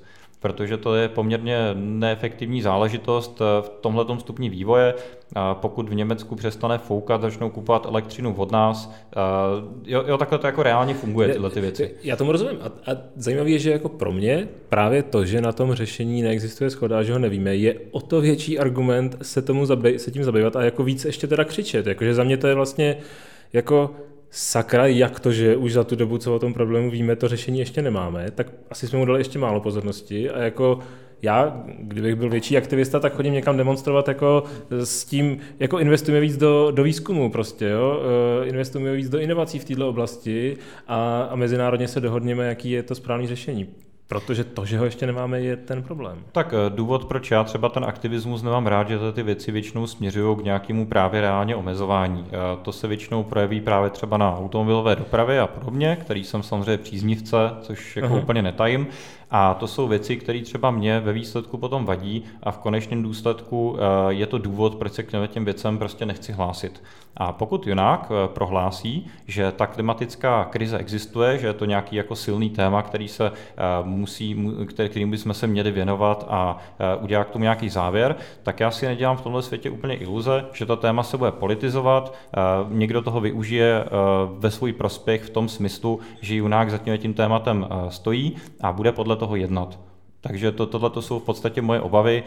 protože to je poměrně neefektivní záležitost v tomhletom stupni vývoje. Pokud v Německu přestane foukat, začnou kupovat elektřinu od nás. Jo, jo takhle to jako reálně funguje, tyhle ty věci. Já tomu rozumím. A, a zajímavé je, že jako pro mě právě to, že na tom řešení neexistuje shoda a že ho nevíme, je o to větší argument se, tomu zabej, se tím zabývat a jako víc ještě teda křičet. Jakože za mě to je vlastně jako sakra, jak to, že už za tu dobu, co o tom problému víme, to řešení ještě nemáme, tak asi jsme mu dali ještě málo pozornosti a jako já, kdybych byl větší aktivista, tak chodím někam demonstrovat jako s tím, jako investujeme víc do, do výzkumu prostě, jo? Investujeme víc do inovací v této oblasti a, a mezinárodně se dohodněme, jaký je to správné řešení. Protože to, že ho ještě nemáme, je ten problém. Tak důvod, proč já třeba ten aktivismus nemám rád, že ty věci většinou směřují k nějakému právě reálně omezování. To se většinou projeví právě třeba na automobilové dopravě a podobně, který jsem samozřejmě příznivce, což jako Aha. úplně netajím. A to jsou věci, které třeba mě ve výsledku potom vadí a v konečném důsledku je to důvod, proč se k těm věcem prostě nechci hlásit. A pokud Junák prohlásí, že ta klimatická krize existuje, že je to nějaký jako silný téma, který se musí, kterým bychom se měli věnovat a udělat k tomu nějaký závěr, tak já si nedělám v tomhle světě úplně iluze, že to téma se bude politizovat, někdo toho využije ve svůj prospěch v tom smyslu, že Junák za tím, tím tématem stojí a bude podle toho jednat. Takže to, tohle to jsou v podstatě moje obavy,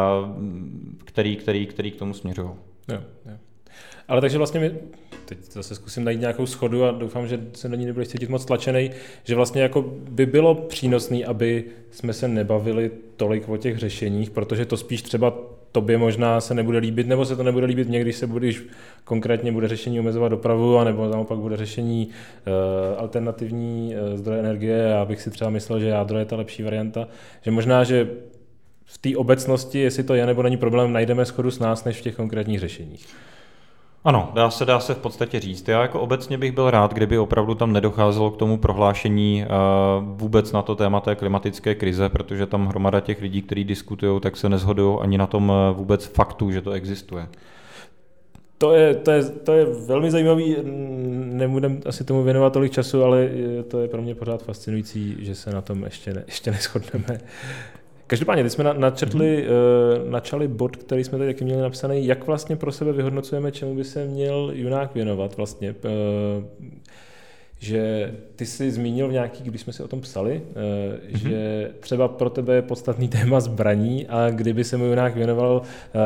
který, který, který k tomu směřují. Jo, jo. Ale takže vlastně mi, teď zase zkusím najít nějakou schodu a doufám, že se na ní nebudeš cítit moc tlačenej, že vlastně jako by bylo přínosný, aby jsme se nebavili tolik o těch řešeních, protože to spíš třeba tobě možná se nebude líbit, nebo se to nebude líbit mě, když se bude, když konkrétně bude řešení omezovat dopravu, anebo naopak bude řešení uh, alternativní uh, zdroje energie. Já bych si třeba myslel, že jádro je ta lepší varianta, že možná, že v té obecnosti, jestli to je nebo není problém, najdeme shodu s nás, než v těch konkrétních řešeních. Ano, dá se, dá se v podstatě říct. Já jako obecně bych byl rád, kdyby opravdu tam nedocházelo k tomu prohlášení uh, vůbec na to téma té klimatické krize, protože tam hromada těch lidí, kteří diskutují, tak se neshodují ani na tom vůbec faktu, že to existuje. To je, to je, to je velmi zajímavý, nebudem asi tomu věnovat tolik času, ale to je pro mě pořád fascinující, že se na tom ještě, ne, ještě neshodneme. Každopádně, teď jsme načetli, mm-hmm. načali bod, který jsme tady taky měli napsaný, jak vlastně pro sebe vyhodnocujeme, čemu by se měl Junák věnovat vlastně. Že ty jsi zmínil v nějaký, když jsme si o tom psali, mm-hmm. že třeba pro tebe je podstatný téma zbraní a kdyby se mu Junák věnoval,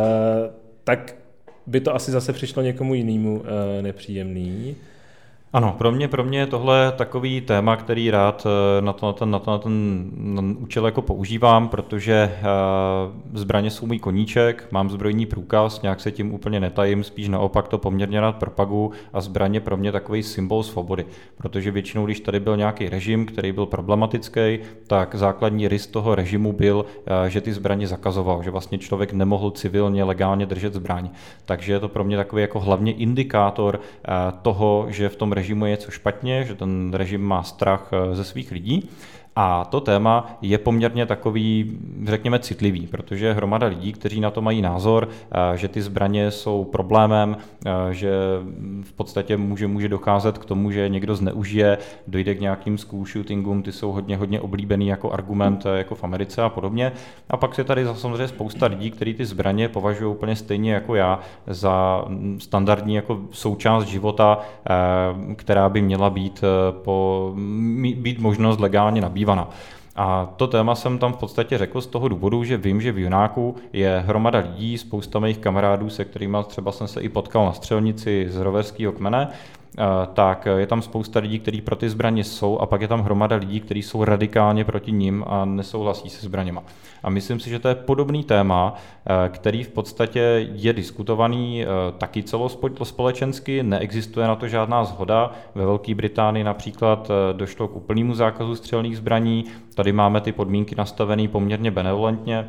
tak by to asi zase přišlo někomu jinému nepříjemný. Ano, pro mě, pro mě je tohle takový téma, který rád na to, na ten, na to, na ten účel jako používám, protože zbraně jsou můj koníček, mám zbrojní průkaz, nějak se tím úplně netajím, spíš naopak to poměrně rád propaguju a zbraně pro mě takový symbol svobody, protože většinou, když tady byl nějaký režim, který byl problematický, tak základní rys toho režimu byl, že ty zbraně zakazoval, že vlastně člověk nemohl civilně, legálně držet zbraň. Takže je to pro mě takový jako hlavně indikátor toho, že v tom režimu je něco špatně, že ten režim má strach ze svých lidí. A to téma je poměrně takový, řekněme, citlivý, protože je hromada lidí, kteří na to mají názor, že ty zbraně jsou problémem, že v podstatě může, může docházet k tomu, že někdo zneužije, dojde k nějakým school shootingům, ty jsou hodně, hodně oblíbený jako argument jako v Americe a podobně. A pak je tady samozřejmě spousta lidí, kteří ty zbraně považují úplně stejně jako já za standardní jako součást života, která by měla být, po, být možnost legálně nabývat. A to téma jsem tam v podstatě řekl z toho důvodu, že vím, že v Junáku je hromada lidí, spousta mých kamarádů, se kterými třeba jsem se i potkal na střelnici z roverského kmene, tak je tam spousta lidí, kteří pro ty zbraně jsou a pak je tam hromada lidí, kteří jsou radikálně proti nim a nesouhlasí se zbraněma. A myslím si, že to je podobný téma, který v podstatě je diskutovaný taky celospolečensky, neexistuje na to žádná shoda. Ve Velké Británii například došlo k úplnému zákazu střelných zbraní, tady máme ty podmínky nastavené poměrně benevolentně.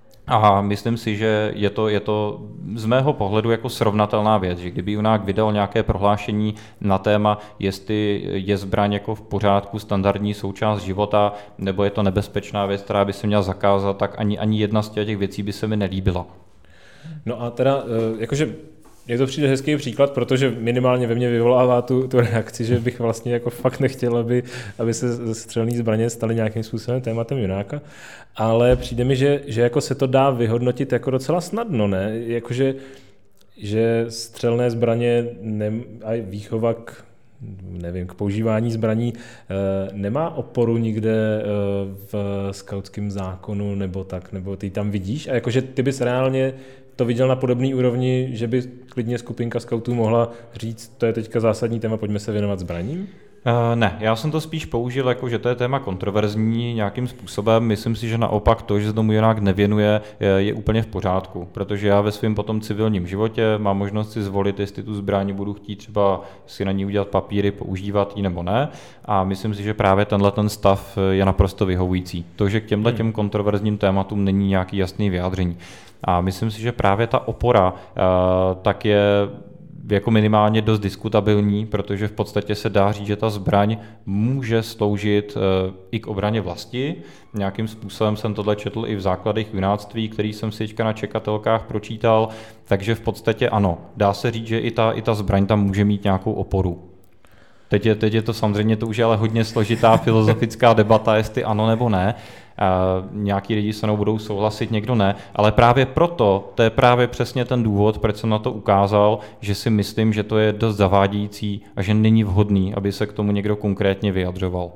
A myslím si, že je to, je to z mého pohledu jako srovnatelná věc, že kdyby Junák vydal nějaké prohlášení na téma, jestli je zbraň jako v pořádku standardní součást života, nebo je to nebezpečná věc, která by se měla zakázat, tak ani, ani jedna z těch věcí by se mi nelíbila. No a teda, jakože Je to přijde hezký příklad, protože minimálně ve mně vyvolává tu, tu reakci, že bych vlastně jako fakt nechtěl, aby, aby se střelné zbraně staly nějakým způsobem tématem junáka, ale přijde mi, že, že jako se to dá vyhodnotit jako docela snadno, ne? Jakože že střelné zbraně ne, a výchova k, nevím, k používání zbraní nemá oporu nikde v skautském zákonu nebo tak, nebo ty tam vidíš a jakože ty bys reálně to viděl na podobné úrovni, že by klidně skupinka skautů mohla říct, to je teďka zásadní téma, pojďme se věnovat zbraním? Uh, ne, já jsem to spíš použil jako, že to je téma kontroverzní nějakým způsobem. Myslím si, že naopak to, že se tomu junák nevěnuje, je, je úplně v pořádku, protože já ve svém potom civilním životě mám možnost si zvolit, jestli tu zbraň budu chtít třeba si na ní udělat papíry, používat ji nebo ne. A myslím si, že právě tenhle ten stav je naprosto vyhovující. To, že k těmhle těm kontroverzním tématům není nějaký jasný vyjádření. A myslím si, že právě ta opora uh, tak je jako minimálně dost diskutabilní, protože v podstatě se dá říct, že ta zbraň může sloužit uh, i k obraně vlasti. Nějakým způsobem jsem tohle četl i v základech junáctví, který jsem si teďka na čekatelkách pročítal, takže v podstatě ano, dá se říct, že i ta, i ta zbraň tam může mít nějakou oporu. Teď je, teď je to samozřejmě, to už je ale hodně složitá filozofická debata, jestli ano nebo ne. Uh, nějaký lidi se mnou budou souhlasit, někdo ne, ale právě proto, to je právě přesně ten důvod, proč jsem na to ukázal, že si myslím, že to je dost zavádějící a že není vhodný, aby se k tomu někdo konkrétně vyjadřoval.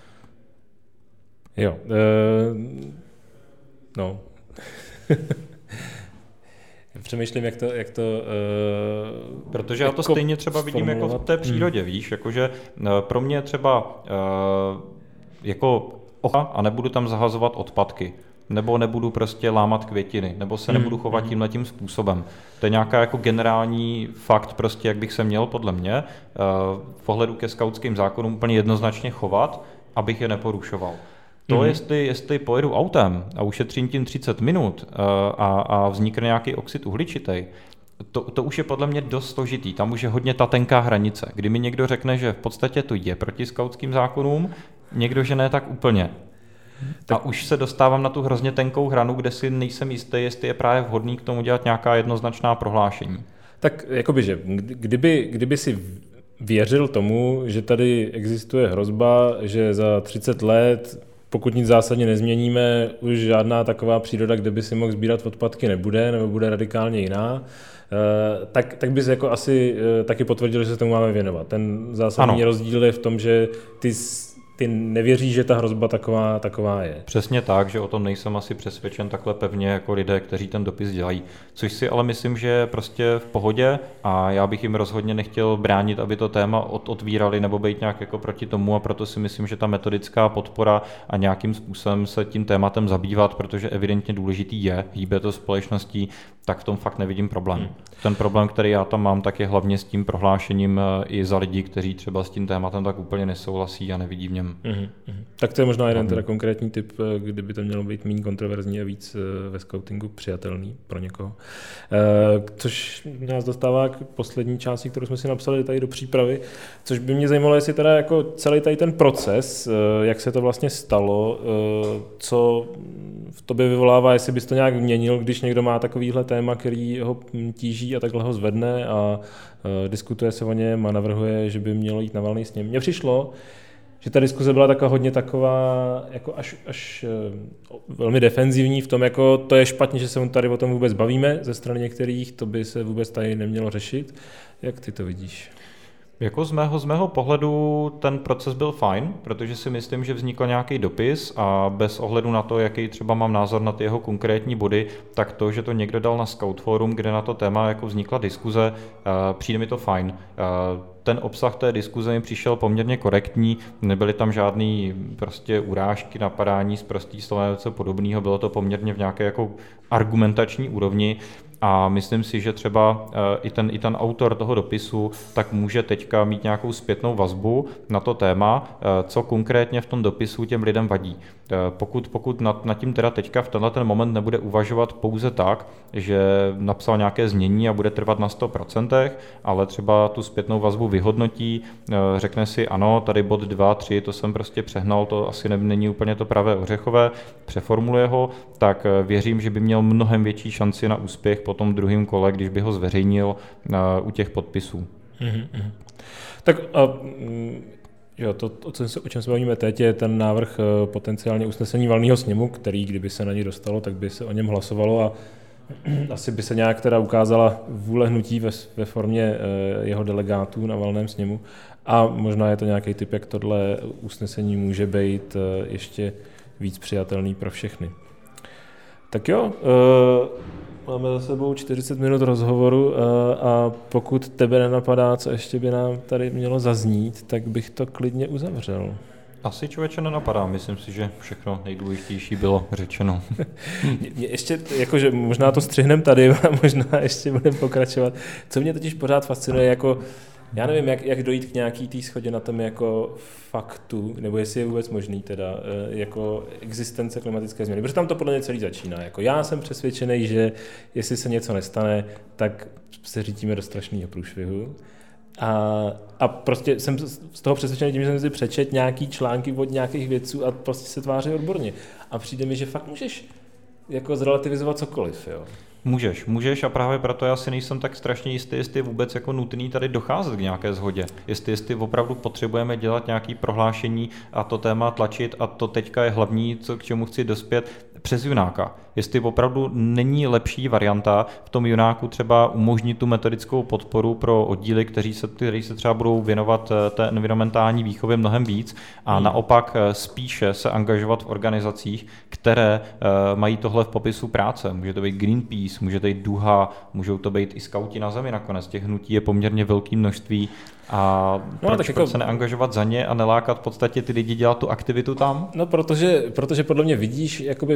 Jo, uh, no. Přemýšlím, jak to... Jak to uh, Protože já to jako stejně třeba vidím jako v té přírodě, hmm. víš, jakože uh, pro mě třeba uh, jako ocha a nebudu tam zahazovat odpadky, nebo nebudu prostě lámat květiny, nebo se nebudu chovat tímhletím způsobem. To je nějaká jako generální fakt prostě, jak bych se měl podle mě v pohledu ke skautským zákonům úplně jednoznačně chovat, abych je neporušoval. To, mm-hmm. jestli, jestli pojedu autem a ušetřím tím třicet minut a, a vznikne nějaký oxid uhličitý, to, to už je podle mě dost složitý. Tam už je hodně ta tenká hranice. Kdy mi někdo řekne, že v podstatě to je proti skautským zákonům, někdo, že ne tak úplně. Tak. A už se dostávám na tu hrozně tenkou hranu, kde si nejsem jistý, jestli je právě vhodný k tomu dělat nějaká jednoznačná prohlášení. Tak jakoby, že kdyby, kdyby si věřil tomu, že tady existuje hrozba, že za třicet let, pokud nic zásadně nezměníme, už žádná taková příroda, kde by si mohl sbírat odpadky, nebude, nebo bude radikálně jiná, tak, tak bys jako asi taky potvrdil, že se tomu máme věnovat. Ten zásadní ano. rozdíl je v tom, že ty ty nevěříš, že ta hrozba taková, taková je. Přesně tak, že o tom nejsem asi přesvědčen takhle pevně jako lidé, kteří ten dopis dělají. Což si ale myslím, že je prostě v pohodě a já bych jim rozhodně nechtěl bránit, aby to téma od, otvírali nebo být nějak jako proti tomu, a proto si myslím, že ta metodická podpora a nějakým způsobem se tím tématem zabývat, protože evidentně důležitý je, hýbe to společností, tak v tom fakt nevidím problém. Hmm. Ten problém, který já tam mám, tak je hlavně s tím prohlášením i za lidi, kteří třeba s tím tématem tak úplně nesouhlasí a nevidí v něm. Mm-hmm. Tak to je možná jeden teda konkrétní typ, kdyby to mělo být méně kontroverzní a víc ve skautingu přijatelný pro někoho. Což nás dostává k poslední části, kterou jsme si napsali tady do přípravy, což by mě zajímalo, jestli teda jako celý tady ten proces, jak se to vlastně stalo, co v tobě vyvolává, jestli bys to nějak měnil, když někdo má takovýhle téma, který ho tíží a takhle ho zvedne a diskutuje se o něm a navrhuje, že by mělo jít na valný sněm. Mně přišlo, že ta diskuze byla taková hodně taková, jako až, až velmi defenzivní v tom, jako to je špatně, že se tady o tom vůbec bavíme ze strany některých, to by se vůbec tady nemělo řešit. Jak ty to vidíš? Jako z mého, z mého pohledu ten proces byl fajn, protože si myslím, že vznikl nějaký dopis a bez ohledu na to, jaký třeba mám názor na ty jeho konkrétní body, tak to, že to někdo dal na Scout Forum, kde na to téma jako vznikla diskuze, přijde mi to fajn. Ten obsah té diskuze mi přišel poměrně korektní, nebyly tam žádný prostě urážky, napadání z prostých slov, něco podobného, bylo to poměrně v nějaké jako argumentační úrovni. A myslím si, že třeba i ten, i ten autor toho dopisu tak může teďka mít nějakou zpětnou vazbu na to téma, co konkrétně v tom dopisu těm lidem vadí. Pokud, pokud nad, nad tím teda teďka v tenhle ten moment nebude uvažovat pouze tak, že napsal nějaké znění a bude trvat na sto procent, ale třeba tu zpětnou vazbu vyhodnotí, řekne si ano, tady bod dva, tři, to jsem prostě přehnal, to asi není úplně to pravé ořechové, přeformuluje ho, tak věřím, že by měl mnohem větší šanci na úspěch po tom druhém kole, když by ho zveřejnil u těch podpisů. Mm-hmm. Tak a, jo, to, o čem se, o čem se bavíme teď, je ten návrh potenciálně usnesení valného sněmu, který, kdyby se na ní dostalo, tak by se o něm hlasovalo a asi by se nějak teda ukázala vůle hnutí ve, ve formě jeho delegátů na valném sněmu a možná je to nějaký typ, jak tohle usnesení může být ještě víc přijatelný pro všechny. Tak jo, máme za sebou čtyřicet minut rozhovoru a pokud tebe nenapadá, co ještě by nám tady mělo zaznít, tak bych to klidně uzavřel. Asi člověče nenapadá, myslím si, že všechno nejdůležitější bylo řečeno. Mě ještě, jakože možná to střihnem tady a možná ještě budeme pokračovat. Co mě totiž pořád fascinuje, jako já nevím, jak, jak dojít k nějaký té shodě na tom jako faktu, nebo jestli je vůbec možný teda, jako existence klimatické změny, protože tam to podle mě celý začíná. Jako já jsem přesvědčený, že jestli se něco nestane, tak se řítíme do strašného průšvihu. A, a prostě jsem z toho přesvědčený tím, že jsem si přečet nějaký články od nějakých vědců a prostě se tváří odborně. A přijde mi, že fakt můžeš jako zrelativizovat cokoliv, jo. Můžeš, můžeš a právě proto já si nejsem tak strašně jistý, jestli je vůbec jako nutný tady docházet k nějaké shodě. Jestli, jestli opravdu potřebujeme dělat nějaké prohlášení a to téma tlačit a to teďka je hlavní, co, k čemu chci dospět, přes Junáka. Jestli opravdu není lepší varianta v tom Junáku třeba umožnit tu metodickou podporu pro oddíly, kteří se, kteří se třeba budou věnovat té environmentální výchově mnohem víc a hmm. naopak spíše se angažovat v organizacích, které uh, mají tohle v popisu práce. Může to být Greenpeace, může to být Duha, můžou to být i skauti na zemi nakonec. Těch hnutí je poměrně velké množství. A no, proč, tak proč jako se neangažovat za ně a nelákat v podstatě ty lidi dělat tu aktivitu tam? No, protože, protože podle mě vidíš jakoby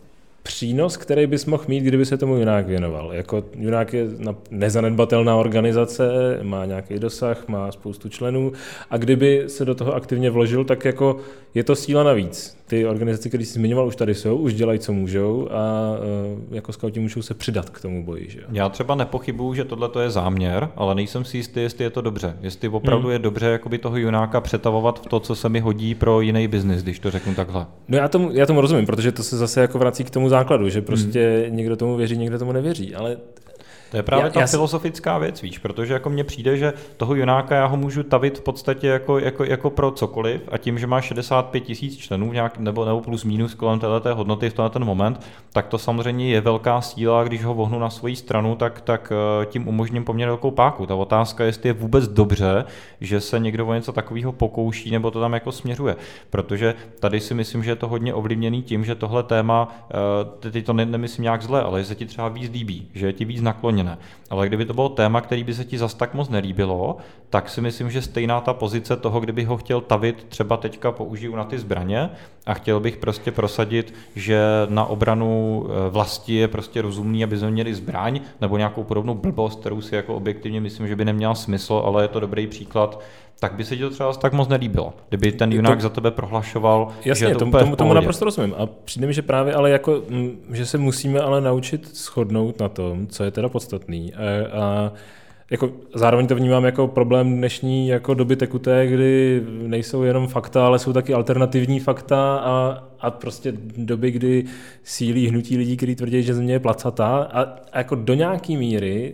přínos, který bys mohl mít, kdyby se tomu Junák věnoval. Jako Junák je nezanedbatelná organizace, má nějaký dosah, má spoustu členů a kdyby se do toho aktivně vložil, tak jako je to síla navíc. Ty organizace, které jsi zmiňoval, už tady jsou, už dělají, co můžou a jako skauti můžou se přidat k tomu boji. Že? Já třeba nepochybuju, že tohle je záměr, ale nejsem si jistý, jestli je to dobře. Jestli opravdu hmm. je dobře jakoby toho Junáka přetavovat v to, co se mi hodí pro jiný biznis, když to řeknu takhle. No já tomu, já tomu rozumím, protože to se zase jako vrací k tomu základu, že prostě hmm. někdo tomu věří, někdo tomu nevěří, ale to je právě já, ta já filozofická věc, víš, protože jako mně přijde, že toho Junáka já ho můžu tavit v podstatě jako, jako, jako pro cokoliv a tím, že má šedesát pět tisíc členů nějak, nebo, nebo plus minus kolem této hodnoty v tenhle ten moment, tak to samozřejmě je velká síla, když ho vohnu na svoji stranu, tak, tak tím umožním poměrně velkou páku. Ta otázka je, jestli je vůbec dobře, že se někdo o něco takového pokouší nebo to tam jako směřuje, protože tady si myslím, že je to hodně ovlivněný tím, že tohle téma, teď to ne, nemyslím nějak zle, ale že se ti třeba víc líbí, že je ti víc nakloněné. Ale kdyby to bylo téma, který by se ti zas tak moc nelíbilo, tak si myslím, že stejná ta pozice toho, kdyby ho chtěl tavit, třeba teďka použiju na ty zbraně a chtěl bych prostě prosadit, že na obranu vlasti je prostě rozumný, aby jsme měli zbraň, nebo nějakou podobnou blbost, kterou si jako objektivně myslím, že by neměla smysl, ale je to dobrý příklad, tak by se ti to třeba tak moc nelíbilo. Kdyby ten Junák to, za tebe prohlašoval, jasně, že je to tomu, úplně tomu, tomu naprosto rozumím. A přijde mi, že právě ale jako, že se musíme ale naučit shodnout na tom, co je teda podstatný. A, a jako zároveň to vnímám jako problém dnešní jako doby tekuté, kdy nejsou jenom fakta, ale jsou taky alternativní fakta a, a prostě doby, kdy sílí hnutí lidí, kteří tvrdí, že země je placatá. A, a jako do nějaký míry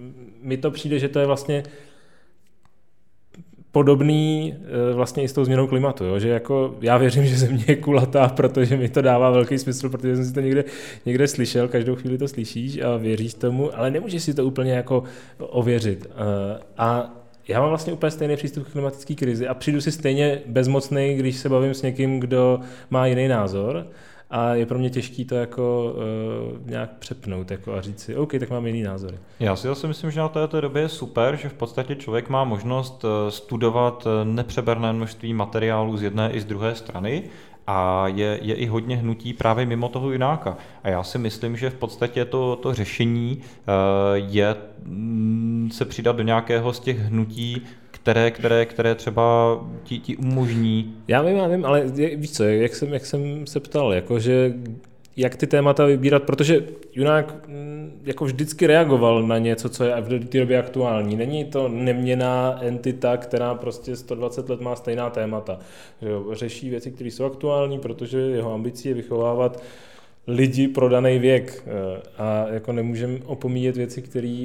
mi to přijde, že to je vlastně podobný vlastně i s tou změnou klimatu, jo? Že jako já věřím, že země je kulatá, protože mi to dává velký smysl, protože jsem si to někde, někde slyšel, každou chvíli to slyšíš a věříš tomu, ale nemůžeš si to úplně jako ověřit. A já mám vlastně úplně stejný přístup k klimatické krizi a přijdu si stejně bezmocnej, když se bavím s někým, kdo má jiný názor. A je pro mě těžký to jako uh, nějak přepnout jako a říct si, OK, tak mám jiný názory. Já si zase myslím, že na této době je super, že v podstatě člověk má možnost studovat nepřeberné množství materiálů z jedné i z druhé strany a je, je i hodně hnutí právě mimo toho Junáka. A já si myslím, že v podstatě to, to řešení uh, je mm, se přidat do nějakého z těch hnutí, které, které, které třeba ti, ti umožní. Já vím, já vím, ale víš co, jak jsem, jak jsem se ptal, jakože jak ty témata vybírat, protože Junák jako vždycky reagoval na něco, co je v té době aktuální. Není to neměnná entita, která prostě sto dvacet let má stejná témata. Že jo, řeší věci, které jsou aktuální, protože jeho ambicí je vychovávat lidi pro daný věk a jako nemůžeme opomíjet věci, které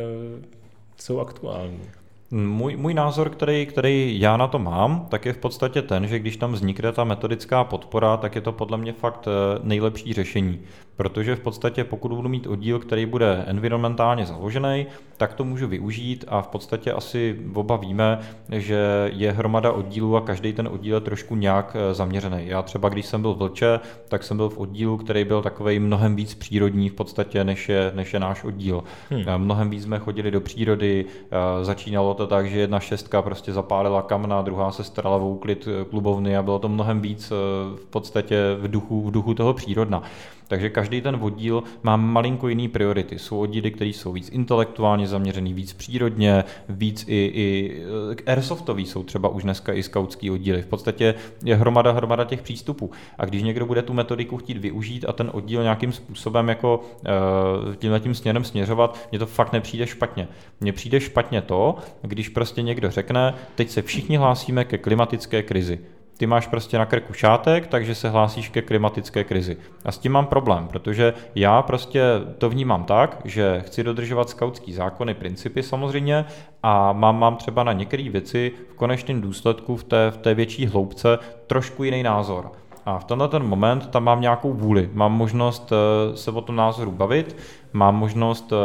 jsou aktuální. Můj, můj názor, který, který já na to mám, tak je v podstatě ten, že když tam vznikne ta metodická podpora, tak je to podle mě fakt nejlepší řešení. Protože v podstatě pokud budu mít oddíl, který bude environmentálně založený, tak to můžu využít a v podstatě asi oba víme, že je hromada oddílů a každý ten oddíl je trošku nějak zaměřený. Já třeba, když jsem byl v Vlče, tak jsem byl v oddílu, který byl takovej mnohem víc přírodní v podstatě, než je, než je náš oddíl. Hmm. Mnohem víc jsme chodili do přírody, začínalo to tak, že jedna šestka prostě zapálila kamna, druhá se starala o úklid klubovny a bylo to mnohem víc v podstatě v duchu, v duchu toho přírodna. Takže každý ten oddíl má malinko jiný priority. Jsou oddíly, které jsou víc intelektuálně zaměřený, víc přírodně, víc i, i airsoftový jsou třeba už dneska i skautský oddíly. V podstatě je hromada, hromada těch přístupů. A když někdo bude tu metodiku chtít využít a ten oddíl nějakým způsobem jako uh, tímhletím směrem směřovat, mně to fakt nepřijde špatně. Mně přijde špatně to, když prostě někdo řekne, teď se všichni hlásíme ke klimatické krizi. Ty máš prostě na krku šátek, takže se hlásíš ke klimatické krizi. A s tím mám problém, protože já prostě to vnímám tak, že chci dodržovat skautský zákony, principy samozřejmě a mám, mám třeba na některé věci v konečném důsledku v té, v té větší hloubce trošku jiný názor. A v tenhle ten moment tam mám nějakou vůli, mám možnost se o tom názoru bavit, mám možnost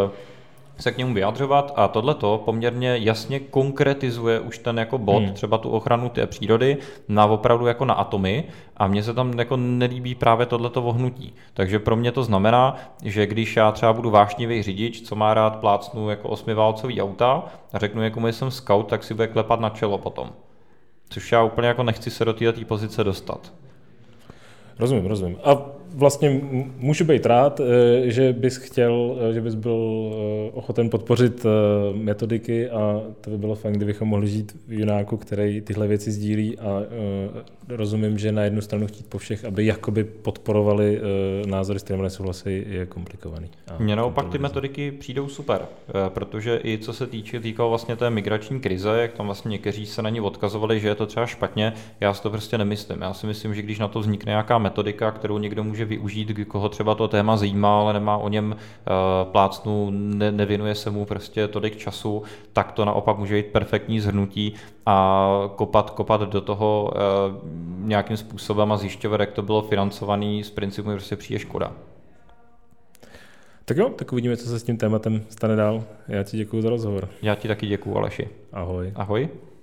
se k němu vyjadřovat a tohleto poměrně jasně konkretizuje už ten jako bod, hmm. třeba tu ochranu té přírody na opravdu jako na atomy a mně se tam jako nelíbí právě tohleto vohnutí. Takže pro mě to znamená, že když já třeba budu vášnivý řidič, co má rád plácnu jako osmiválcový auta a řeknu někomu, že jsem scout, tak si bude klepat na čelo potom. Což já úplně jako nechci se do této pozice dostat. Rozumím, rozumím. A vlastně můžu být rád, že bys chtěl, že bys byl ochoten podpořit metodiky a to by bylo fajn, kdybychom mohli žít v Junáku, který tyhle věci sdílí a rozumím, že na jednu stranu chtít po všech, aby jakoby podporovali názory, s kterými nesouhlasí, je komplikovaný. Mně naopak ty metodiky přijdou super, protože i co se týče týkalo vlastně té migrační krize, jak tam vlastně někteří se na ní odkazovali, že je to třeba špatně, já si to prostě nemyslím. Já si myslím, že když na to vznikne nějaká metodika, kterou někdo může využít, koho třeba to téma zajímá, ale nemá o něm uh, plácnu, ne, nevěnuje se mu prostě tolik času, tak to naopak může být perfektní shrnutí a kopat, kopat do toho uh, nějakým způsobem a zjišťovat, jak to bylo financované, z principu prostě přijde škoda. Tak jo, tak uvidíme, co se s tím tématem stane dál. Já ti děkuju za rozhovor. Já ti taky děkuju, Aleši. Ahoj. Ahoj.